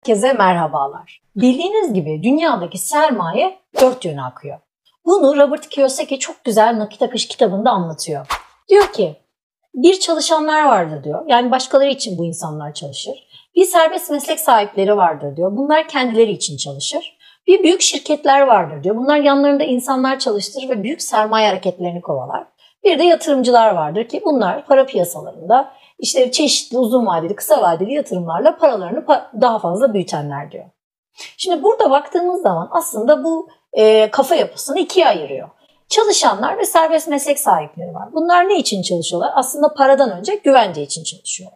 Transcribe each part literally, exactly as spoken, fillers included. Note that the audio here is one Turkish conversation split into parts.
Herkese merhabalar. Bildiğiniz gibi dünyadaki sermaye dört yöne akıyor. Bunu Robert Kiyosaki çok güzel Nakit Akış kitabında anlatıyor. Diyor ki, bir çalışanlar vardır diyor. Yani başkaları için bu insanlar çalışır. Bir serbest meslek sahipleri vardır diyor. Bunlar kendileri için çalışır. Bir büyük şirketler vardır diyor. Bunlar yanlarında insanlar çalıştırır ve büyük sermaye hareketlerini kovalar. Bir de yatırımcılar vardır ki bunlar para piyasalarında işte çeşitli uzun vadeli, kısa vadeli yatırımlarla paralarını daha fazla büyütenler diyor. Şimdi burada baktığımız zaman aslında bu e, kafa yapısını ikiye ayırıyor. Çalışanlar ve serbest meslek sahipleri var. Bunlar ne için çalışıyorlar? Aslında paradan önce güvence için çalışıyorlar.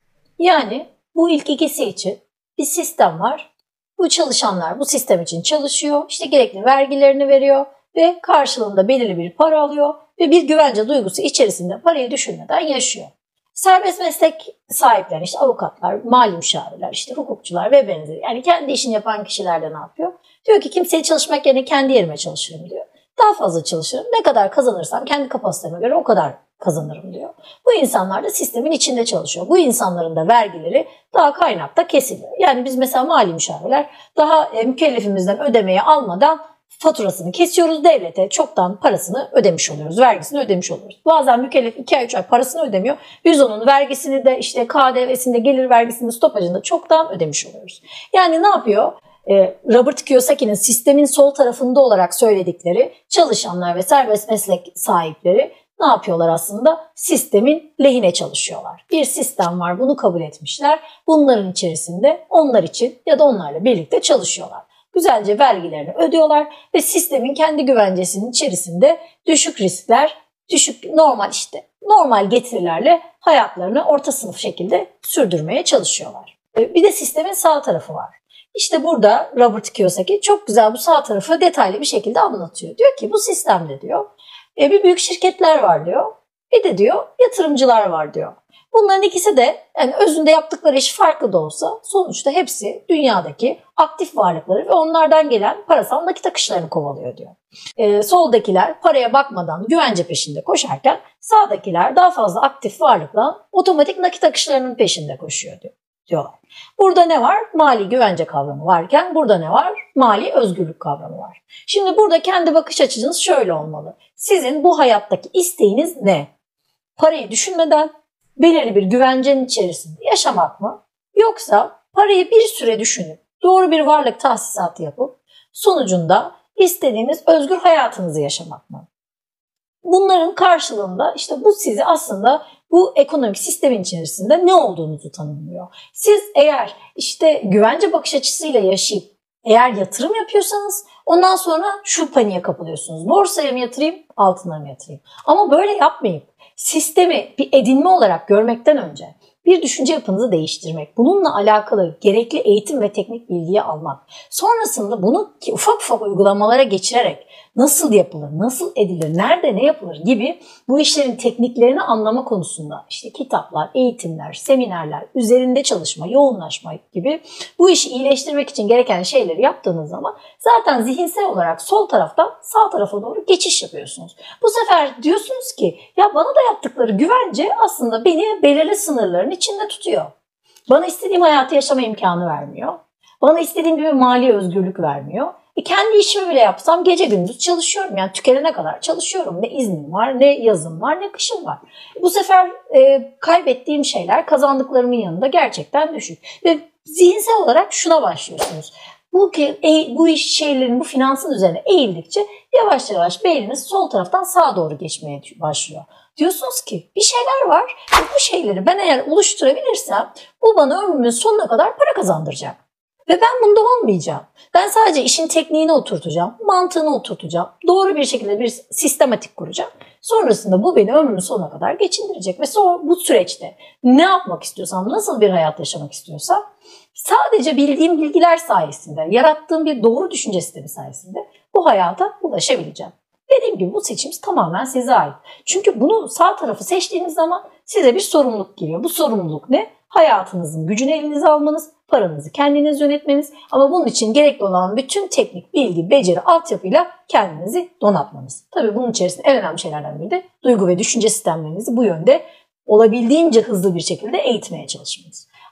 Yani bu ilk ikisi için bir sistem var. Bu çalışanlar bu sistem için çalışıyor. İşte gerekli vergilerini veriyor ve karşılığında belirli bir para alıyor ve bir güvence duygusu içerisinde parayı düşünmeden yaşıyor. Serbest meslek sahipleri, işte avukatlar, mali müşavirler, işte hukukçular ve benzeri. Yani kendi işini yapan kişiler de ne yapıyor? Diyor ki kimseye çalışmak yerine kendi yerime çalışırım diyor. Daha fazla çalışırım. Ne kadar kazanırsam kendi kapasiteme göre o kadar kazanırım diyor. Bu insanlar da sistemin içinde çalışıyor. Bu insanların da vergileri daha kaynakta kesiliyor. Yani biz mesela mali müşavirler daha mükellefimizden ödemeyi almadan faturasını kesiyoruz, devlete çoktan parasını ödemiş oluyoruz, vergisini ödemiş oluyoruz. Bazen mükellef iki ay üç ay parasını ödemiyor. Biz onun vergisini de işte K D V'sinde, gelir vergisinde, stopajında çoktan ödemiş oluyoruz. Yani ne yapıyor? Ee, Robert Kiyosaki'nin sistemin sol tarafında olarak söyledikleri çalışanlar ve serbest meslek sahipleri ne yapıyorlar aslında? Sistemin lehine çalışıyorlar. Bir sistem var, bunu kabul etmişler. Bunların içerisinde onlar için ya da onlarla birlikte çalışıyorlar. Güzelce vergilerini ödüyorlar ve sistemin kendi güvencesinin içerisinde düşük riskler, düşük normal işte normal getirilerle hayatlarını orta sınıf şekilde sürdürmeye çalışıyorlar. Bir de sistemin sağ tarafı var. İşte burada Robert Kiyosaki çok güzel bu sağ tarafı detaylı bir şekilde anlatıyor. Diyor ki bu sistemde diyor bir büyük şirketler var diyor. Bir de diyor yatırımcılar var diyor. Bunların ikisi de yani özünde yaptıkları iş farklı da olsa sonuçta hepsi dünyadaki aktif varlıkları ve onlardan gelen parasal nakit akışlarını kovalıyor diyor. Ee, soldakiler paraya bakmadan güvence peşinde koşarken sağdakiler daha fazla aktif varlıkla otomatik nakit akışlarının peşinde koşuyor diyor. diyorlar. Burada ne var? Mali güvence kavramı varken burada ne var? Mali özgürlük kavramı var. Şimdi burada kendi bakış açınız şöyle olmalı. Sizin bu hayattaki isteğiniz ne? Parayı düşünmeden belirli bir güvencenin içerisinde yaşamak mı? Yoksa parayı bir süre düşünüp doğru bir varlık tahsisatı yapıp sonucunda istediğiniz özgür hayatınızı yaşamak mı? Bunların karşılığında işte bu sizi aslında bu ekonomik sistemin içerisinde ne olduğunuzu tanımlıyor. Siz eğer işte güvence bakış açısıyla yaşayıp eğer yatırım yapıyorsanız ondan sonra şu paniğe kapılıyorsunuz. Borsaya mı yatırayım, altına mı yatırayım? Ama böyle yapmayıp sistemi bir edinme olarak görmekten önce bir düşünce yapınızı değiştirmek, bununla alakalı gerekli eğitim ve teknik bilgiyi almak, sonrasında bunu ki ufak ufak uygulamalara geçirerek nasıl yapılır, nasıl edilir, nerede ne yapılır gibi bu işlerin tekniklerini anlama konusunda işte kitaplar, eğitimler, seminerler, üzerinde çalışma, yoğunlaşma gibi bu işi iyileştirmek için gereken şeyleri yaptığınız zaman zaten zihinsel olarak sol taraftan sağ tarafa doğru geçiş yapıyorsunuz. Bu sefer diyorsunuz ki ya bana da yaptıkları güvence aslında beni belirli sınırların içinde tutuyor. Bana istediğim hayatı yaşama imkanı vermiyor. Bana istediğim gibi mali özgürlük vermiyor. E kendi işimi bile yapsam gece gündüz çalışıyorum. Yani tükenene kadar çalışıyorum. Ne iznim var, ne yazım var, ne kışım var. E bu sefer e, kaybettiğim şeyler kazandıklarımın yanında gerçekten düşük. Ve zihinsel olarak şuna başlıyorsunuz. Bu, e, bu iş şeylerin, bu finansın üzerine eğildikçe yavaş yavaş beyniniz sol taraftan sağa doğru geçmeye başlıyor. Diyorsunuz ki bir şeyler var ve bu şeyleri ben eğer oluşturabilirsem bu bana ömrümün sonuna kadar para kazandıracak. Ve ben bunda olmayacağım. Ben sadece işin tekniğini oturtacağım, mantığını oturtacağım, doğru bir şekilde bir sistematik kuracağım. Sonrasında bu beni ömrümün sonuna kadar geçindirecek. Ve sonra bu süreçte ne yapmak istiyorsam, nasıl bir hayat yaşamak istiyorsam sadece bildiğim bilgiler sayesinde, yarattığım bir doğru düşünce sistemi sayesinde bu hayata ulaşabileceğim. Dediğim gibi bu seçim tamamen size ait. Çünkü bunu sağ tarafı seçtiğiniz zaman size bir sorumluluk geliyor. Bu sorumluluk ne? Hayatınızın gücünü elinize almanız, paranızı kendiniz yönetmeniz ama bunun için gerekli olan bütün teknik, bilgi, beceri, altyapıyla kendinizi donatmanız. Tabii bunun içerisinde en önemli şeylerden biri de duygu ve düşünce sistemlerinizi bu yönde olabildiğince hızlı bir şekilde eğitmeye çalışmanız.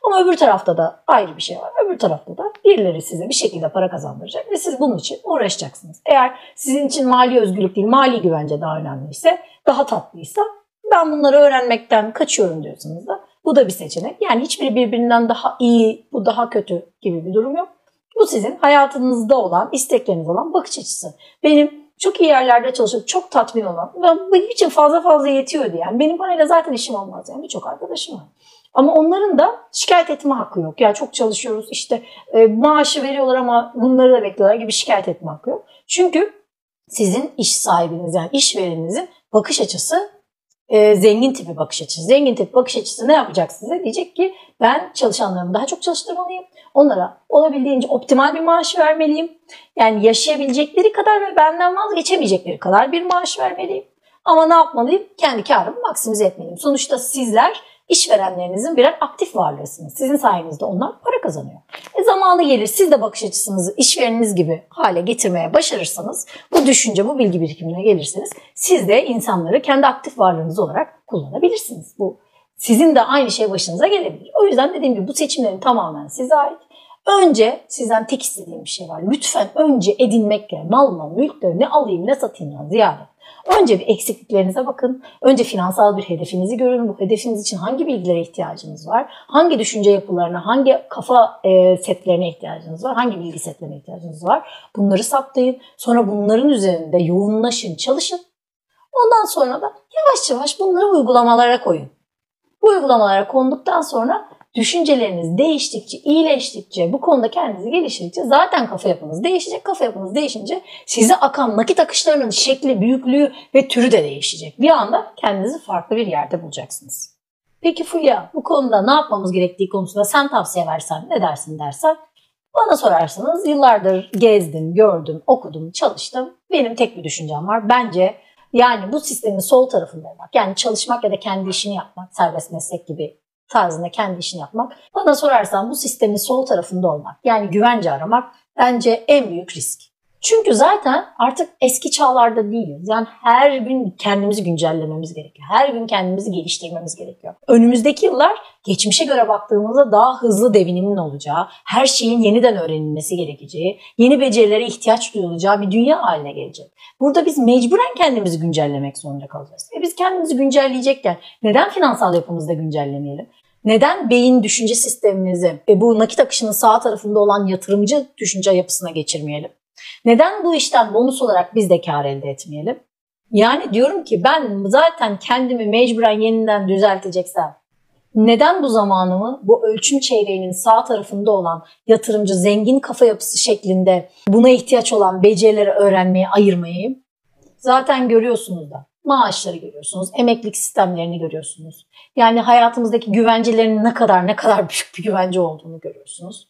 Ama öbür tarafta da ayrı bir şey var. Öbür tarafta da birileri size bir şekilde para kazandıracak ve siz bunun için uğraşacaksınız. Eğer sizin için mali özgürlük değil, mali güvence daha önemliyse, daha tatlıysa, ben bunları öğrenmekten kaçıyorum diyorsanız da bu da bir seçenek. Yani hiçbiri birbirinden daha iyi, bu daha kötü gibi bir durum yok. Bu sizin hayatınızda olan, istekleriniz olan bakış açısı. Benim çok iyi yerlerde çalışıp çok tatmin olan, benim için fazla fazla yetiyor diyen, benim parayla zaten işim olmaz yani birçok arkadaşım var. Ama onların da şikayet etme hakkı yok. Yani çok çalışıyoruz, işte e, maaşı veriyorlar ama bunları da bekliyorlar gibi şikayet etme hakkı yok. Çünkü sizin iş sahibiniz, yani işvereninizin bakış açısı e, zengin tipi bakış açısı. Zengin tipi bakış açısı ne yapacak size? Diyecek ki ben çalışanlarımı daha çok çalıştırmalıyım. Onlara olabildiğince optimal bir maaş vermeliyim. Yani yaşayabilecekleri kadar ve benden vazgeçemeyecekleri kadar bir maaş vermeliyim. Ama ne yapmalıyım? Kendi karımı maksimize etmeliyim. Sonuçta sizler işverenlerinizin birer aktif varlığısınız. Sizin sayenizde onlar para kazanıyor. E zamanı gelir siz de bakış açısınızı işvereniniz gibi hale getirmeye başarırsanız, bu düşünce, bu bilgi birikimine gelirseniz siz de insanları kendi aktif varlığınız olarak kullanabilirsiniz. Bu sizin de aynı şey başınıza gelebilir. O yüzden dediğim gibi bu seçimlerin tamamen size ait. Önce sizden tek istediğim bir şey var. Lütfen önce edinmekle, mal mal, mülkle ne alayım ne satayımdan ziyade önce bir eksikliklerinize bakın. Önce finansal bir hedefinizi görün. Bu hedefiniz için hangi bilgilere ihtiyacınız var? Hangi düşünce yapılarına, hangi kafa e, setlerine ihtiyacınız var? Hangi bilgi setlerine ihtiyacınız var? Bunları saptayın. Sonra bunların üzerinde yoğunlaşın, çalışın. Ondan sonra da yavaş yavaş bunları uygulamalara koyun. Bu uygulamalara konduktan sonra düşünceleriniz değiştikçe, iyileştikçe, bu konuda kendinizi geliştirdikçe zaten kafa yapınız değişecek. Kafa yapınız değişince size akan nakit akışlarının şekli, büyüklüğü ve türü de değişecek. Bir anda kendinizi farklı bir yerde bulacaksınız. Peki Fulya, bu konuda ne yapmamız gerektiği konusunda sen tavsiye versen ne dersin dersen, bana sorarsanız yıllardır gezdim, gördüm, okudum, çalıştım. Benim tek bir düşüncem var. Bence yani bu sistemin sol tarafında olmak, yani çalışmak ya da kendi işini yapmak, serbest meslek gibi tarzında kendi işini yapmak. Bana sorarsan bu sistemin sol tarafında olmak, yani güvence aramak bence en büyük risk. Çünkü zaten artık eski çağlarda değiliz. Yani her gün kendimizi güncellememiz gerekiyor. Her gün kendimizi geliştirmemiz gerekiyor. Önümüzdeki yıllar geçmişe göre baktığımızda daha hızlı devinimin olacağı, her şeyin yeniden öğrenilmesi gerekeceği, yeni becerilere ihtiyaç duyulacağı bir dünya haline gelecek. Burada biz mecburen kendimizi güncellemek zorunda kalacağız. E biz kendimizi güncelleyecekken neden finansal yapımızda güncellemeyelim? Neden beyin düşünce sistemimizi e bu nakit akışının sağ tarafında olan yatırımcı düşünce yapısına geçirmeyelim? Neden bu işten bonus olarak biz de kar elde etmeyelim? Yani diyorum ki ben zaten kendimi mecburen yeniden düzelteceksem neden bu zamanımı bu ölçüm çeyreğinin sağ tarafında olan yatırımcı zengin kafa yapısı şeklinde buna ihtiyaç olan becerileri öğrenmeye ayırmayayım? Zaten görüyorsunuz da maaşları görüyorsunuz, emeklilik sistemlerini görüyorsunuz. Yani hayatımızdaki güvencelerin ne kadar ne kadar büyük bir güvence olduğunu görüyorsunuz.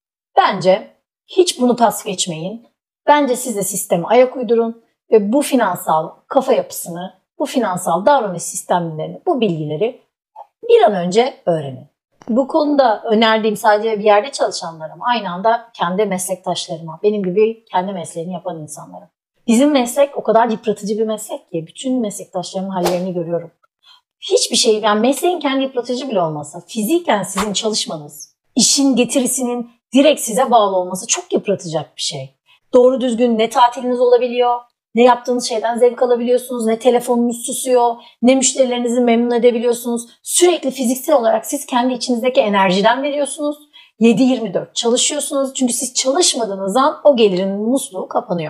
Bence hiç bunu pas geçmeyin. Bence siz de sisteme ayak uydurun ve bu finansal kafa yapısını, bu finansal davranış sistemlerini, bu bilgileri bir an önce öğrenin. Bu konuda önerdiğim sadece bir yerde çalışanlarım, aynı anda kendi meslektaşlarıma, benim gibi kendi mesleğini yapan insanlara. Bizim meslek o kadar yıpratıcı bir meslek ki bütün meslektaşlarımın hallerini görüyorum. Hiçbir şey, yani mesleğin kendi yıpratıcı bile olmasa, fiziken sizin çalışmanız, işin getirisinin direkt size bağlı olması çok yıpratacak bir şey. Doğru düzgün ne tatiliniz olabiliyor, ne yaptığınız şeyden zevk alabiliyorsunuz, ne telefonunuz susuyor, ne müşterilerinizi memnun edebiliyorsunuz. Sürekli fiziksel olarak siz kendi içinizdeki enerjiden veriyorsunuz. yedi yirmi dört çalışıyorsunuz çünkü siz çalışmadığınız an o gelirin musluğu kapanıyor.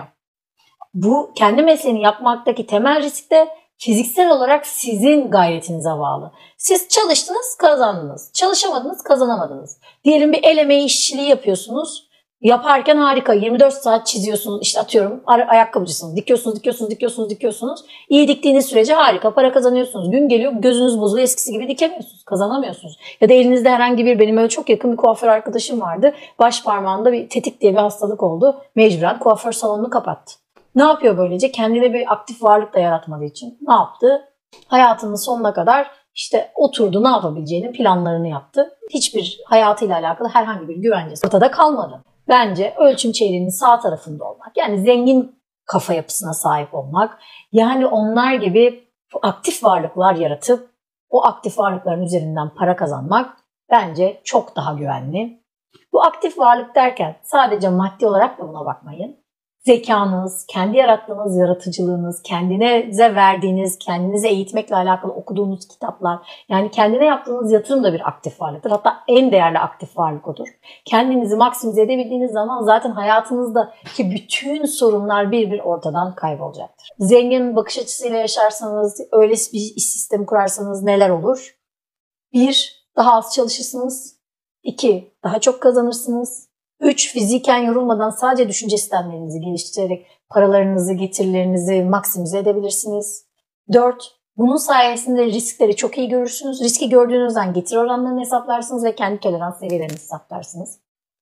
Bu kendi mesleğini yapmaktaki temel risk de fiziksel olarak sizin gayretinize bağlı. Siz çalıştınız, kazandınız. Çalışamadınız, kazanamadınız. Diyelim bir el emeği işçiliği yapıyorsunuz. Yaparken harika. yirmi dört saat çiziyorsunuz. İşte atıyorum ayakkabıcısınız. Dikiyorsunuz, dikiyorsunuz, dikiyorsunuz, dikiyorsunuz. İyi diktiğiniz sürece harika para kazanıyorsunuz. Gün geliyor gözünüz bozuluyor. Eskisi gibi dikemiyorsunuz. Kazanamıyorsunuz. Ya da elinizde herhangi bir, benim öyle çok yakın bir kuaför arkadaşım vardı. Baş parmağında bir tetik diye bir hastalık oldu. Mecburen kuaför salonunu kapattı. Ne yapıyor böylece? Kendine bir aktif varlık da yaratmadığı için ne yaptı? Hayatının sonuna kadar işte oturdu, ne yapabileceğinin planlarını yaptı. Hiçbir hayatıyla alakalı herhangi bir güvencesi ortada kalmadı. Bence ölçüm çeyreğinin sağ tarafında olmak, yani zengin kafa yapısına sahip olmak, yani onlar gibi aktif varlıklar yaratıp o aktif varlıkların üzerinden para kazanmak bence çok daha güvenli. Bu aktif varlık derken sadece maddi olarak da buna bakmayın. Zekanız, kendi yarattığınız yaratıcılığınız, kendinize verdiğiniz, kendinizi eğitmekle alakalı okuduğunuz kitaplar, yani kendine yaptığınız yatırım da bir aktif varlıktır. Hatta en değerli aktif varlık odur. Kendinizi maksimize edebildiğiniz zaman zaten hayatınızdaki bütün sorunlar bir bir ortadan kaybolacaktır. Zengin bakış açısıyla yaşarsanız, öyle bir iş sistemi kurarsanız neler olur? Bir, daha az çalışırsınız. İki, daha çok kazanırsınız. Üç, fiziken yorulmadan sadece düşünce sistemlerinizi geliştirerek paralarınızı, getirilerinizi maksimize edebilirsiniz. Dört, bunun sayesinde riskleri çok iyi görürsünüz. Riski gördüğünüzden getiri oranlarını hesaplarsınız ve kendi tolerans seviyelerini hesaplarsınız.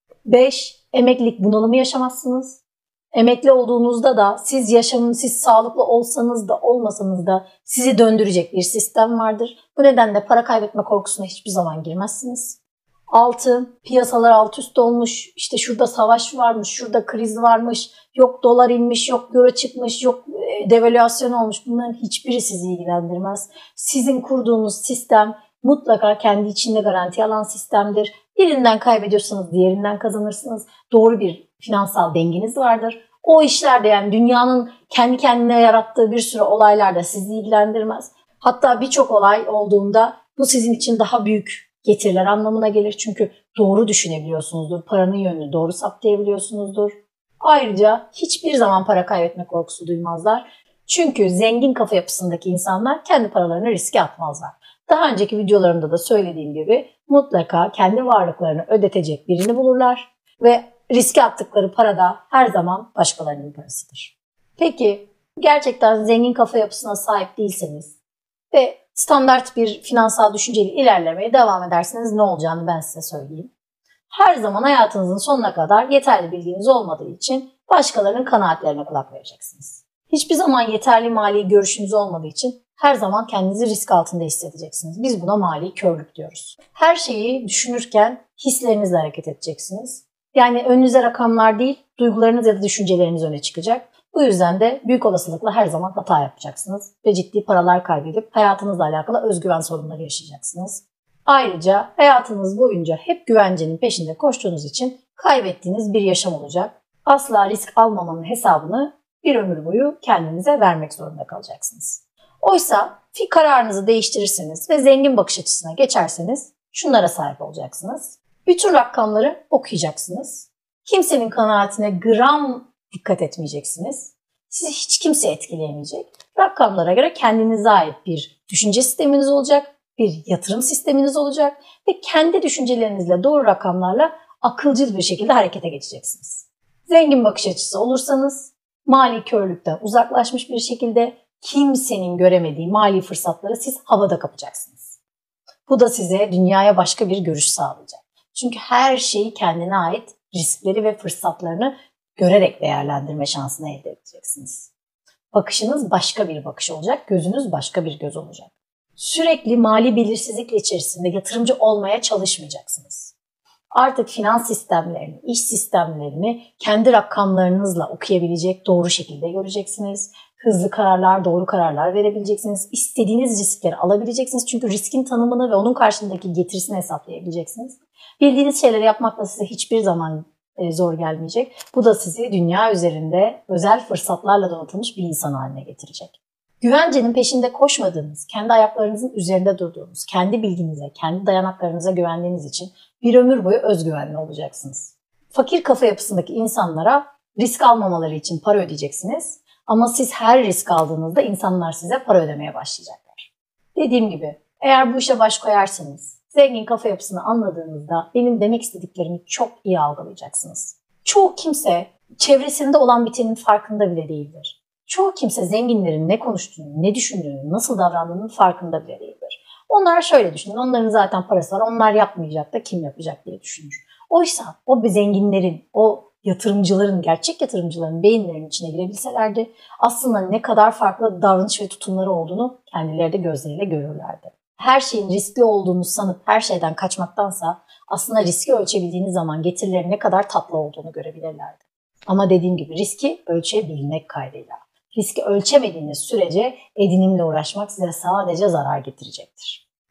Beş, emeklilik bunalımı yaşamazsınız. Emekli olduğunuzda da siz yaşamın, siz sağlıklı olsanız da olmasanız da sizi döndürecek bir sistem vardır. Bu nedenle para kaybetme korkusuna hiçbir zaman girmezsiniz. Altı, piyasalar alt üst olmuş, işte şurada savaş varmış, şurada kriz varmış, yok dolar inmiş, yok euro çıkmış, yok devalüasyon olmuş. Bunların hiçbiri sizi ilgilendirmez. Sizin kurduğunuz sistem mutlaka kendi içinde garanti alan sistemdir. Birinden kaybediyorsanız diğerinden kazanırsınız. Doğru bir finansal dengeniz vardır. O işlerde, yani dünyanın kendi kendine yarattığı bir sürü olaylar da sizi ilgilendirmez. Hatta birçok olay olduğunda bu sizin için daha büyük getiriler anlamına gelir. Çünkü doğru düşünebiliyorsunuzdur. Paranın yönünü doğru saptayabiliyorsunuzdur. Ayrıca hiçbir zaman para kaybetme korkusu duymazlar. Çünkü zengin kafa yapısındaki insanlar kendi paralarını riske atmazlar. Daha önceki videolarımda da söylediğim gibi mutlaka kendi varlıklarını ödetecek birini bulurlar ve riske attıkları para da her zaman başkalarının parasıdır. Peki gerçekten zengin kafa yapısına sahip değilseniz ve standart bir finansal düşünceyle ilerlemeye devam ederseniz ne olacağını ben size söyleyeyim. Her zaman hayatınızın sonuna kadar yeterli bilginiz olmadığı için başkalarının kanaatlerine kulak vereceksiniz. Hiçbir zaman yeterli mali görüşünüz olmadığı için her zaman kendinizi risk altında hissedeceksiniz. Biz buna mali körlük diyoruz. Her şeyi düşünürken hislerinizle hareket edeceksiniz. Yani önünüze rakamlar değil, duygularınız ya da düşünceleriniz öne çıkacak. Bu yüzden de büyük olasılıkla her zaman hata yapacaksınız ve ciddi paralar kaybedip hayatınızla alakalı özgüven sorunları yaşayacaksınız. Ayrıca hayatınız boyunca hep güvencenin peşinde koştuğunuz için kaybettiğiniz bir yaşam olacak. Asla risk almamanın hesabını bir ömür boyu kendinize vermek zorunda kalacaksınız. Oysa bir kararınızı değiştirirseniz ve zengin bakış açısına geçerseniz şunlara sahip olacaksınız. Bütün rakamları okuyacaksınız. Kimsenin kanaatine gram dikkat etmeyeceksiniz. Sizi hiç kimse etkileyemeyecek. Rakamlara göre kendinize ait bir düşünce sisteminiz olacak, bir yatırım sisteminiz olacak ve kendi düşüncelerinizle doğru rakamlarla akılcıl bir şekilde harekete geçeceksiniz. Zengin bakış açısı olursanız mali körlükten uzaklaşmış bir şekilde kimsenin göremediği mali fırsatları siz havada kapacaksınız. Bu da size dünyaya başka bir görüş sağlayacak. Çünkü her şeyi kendine ait riskleri ve fırsatlarını görerek değerlendirme şansını elde edeceksiniz. Bakışınız başka bir bakış olacak, gözünüz başka bir göz olacak. Sürekli mali belirsizlikle içerisinde yatırımcı olmaya çalışmayacaksınız. Artık finans sistemlerini, iş sistemlerini kendi rakamlarınızla okuyabilecek, doğru şekilde göreceksiniz. Hızlı kararlar, doğru kararlar verebileceksiniz. İstediğiniz riskleri alabileceksiniz. Çünkü riskin tanımını ve onun karşındaki getirisini hesaplayabileceksiniz. Bildiğiniz şeyleri yapmakla size hiçbir zaman zor gelmeyecek. Bu da sizi dünya üzerinde özel fırsatlarla donatılmış bir insan haline getirecek. Güvencenin peşinde koşmadığınız, kendi ayaklarınızın üzerinde durduğunuz, kendi bilginize, kendi dayanaklarınıza güvendiğiniz için bir ömür boyu özgüvenli olacaksınız. Fakir kafa yapısındaki insanlara risk almamaları için para ödeyeceksiniz. Ama siz her risk aldığınızda insanlar size para ödemeye başlayacaklar. Dediğim gibi eğer bu işe baş koyarsanız, zengin kafa yapısını anladığınızda benim demek istediklerimi çok iyi algılayacaksınız. Çoğu kimse çevresinde olan bitenin farkında bile değildir. Çoğu kimse zenginlerin ne konuştuğunu, ne düşündüğünü, nasıl davrandığının farkında bile değildir. Onlar şöyle düşünür, onların zaten parası var, onlar yapmayacak da kim yapacak diye düşünür. Oysa o zenginlerin, o yatırımcıların, gerçek yatırımcıların beyinlerinin içine girebilselerdi aslında ne kadar farklı davranış ve tutumları olduğunu kendileri de gözleriyle görürlerdi. Her şeyin riskli olduğunu sanıp her şeyden kaçmaktansa aslında riski ölçebildiğiniz zaman getirilerin ne kadar tatlı olduğunu görebilirlerdi. Ama dediğim gibi riski ölçebilmek kaydıyla. Riski ölçemediğiniz sürece edinimle uğraşmak size sadece zarar getirecektir.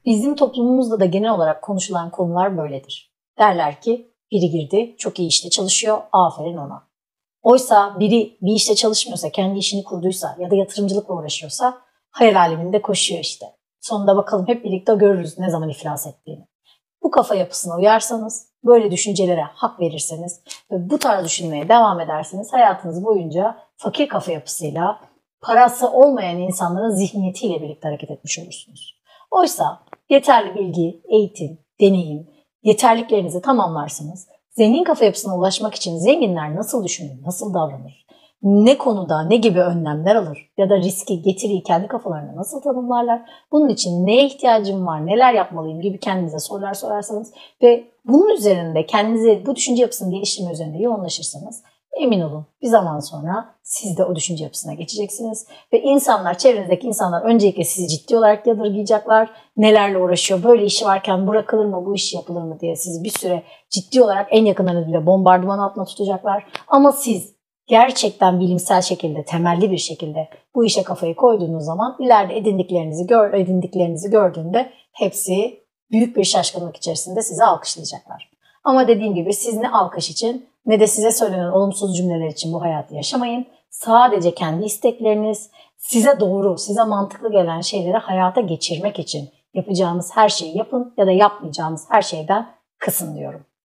Bizim toplumumuzda da genel olarak konuşulan konular böyledir. Derler ki biri girdi, çok iyi işte çalışıyor, aferin ona. Oysa biri bir işte çalışmıyorsa, kendi işini kurduysa ya da yatırımcılıkla uğraşıyorsa hayal aleminde koşuyor işte. Sonunda bakalım hep birlikte görürüz ne zaman iflas ettiğini. Bu kafa yapısına uyarsanız, böyle düşüncelere hak verirseniz ve bu tarz düşünmeye devam ederseniz hayatınız boyunca fakir kafa yapısıyla, parası olmayan insanların zihniyetiyle birlikte hareket etmiş olursunuz. Oysa yeterli bilgi, eğitim, deneyim, yeterliklerinizi tamamlarsınız. Zengin kafa yapısına ulaşmak için zenginler nasıl düşünür, nasıl davranır, ne konuda ne gibi önlemler alır ya da riski, getiriyi kendi kafalarına nasıl tanımlarlar, bunun için neye ihtiyacım var, neler yapmalıyım gibi kendinize sorular sorarsanız ve bunun üzerinde kendinizi bu düşünce yapısını geliştirme üzerinde yoğunlaşırsanız emin olun bir zaman sonra siz de o düşünce yapısına geçeceksiniz ve insanlar, çevrenizdeki insanlar öncelikle sizi ciddi olarak yadırgayacaklar. Nelerle uğraşıyor, böyle işi varken bırakılır mı, bu iş yapılır mı diye sizi bir süre ciddi olarak en yakınlarınız bile bombardıman altına tutacaklar. Ama siz gerçekten bilimsel şekilde, temelli bir şekilde bu işe kafayı koyduğunuz zaman ileride edindiklerinizi, gör, edindiklerinizi gördüğünde hepsi büyük bir şaşkınlık içerisinde sizi alkışlayacaklar. Ama dediğim gibi siz ne alkış için ne de size söylenen olumsuz cümleler için bu hayatı yaşamayın. Sadece kendi istekleriniz, size doğru, size mantıklı gelen şeyleri hayata geçirmek için yapacağınız her şeyi yapın ya da yapmayacağınız her şeyden kısın diyorum.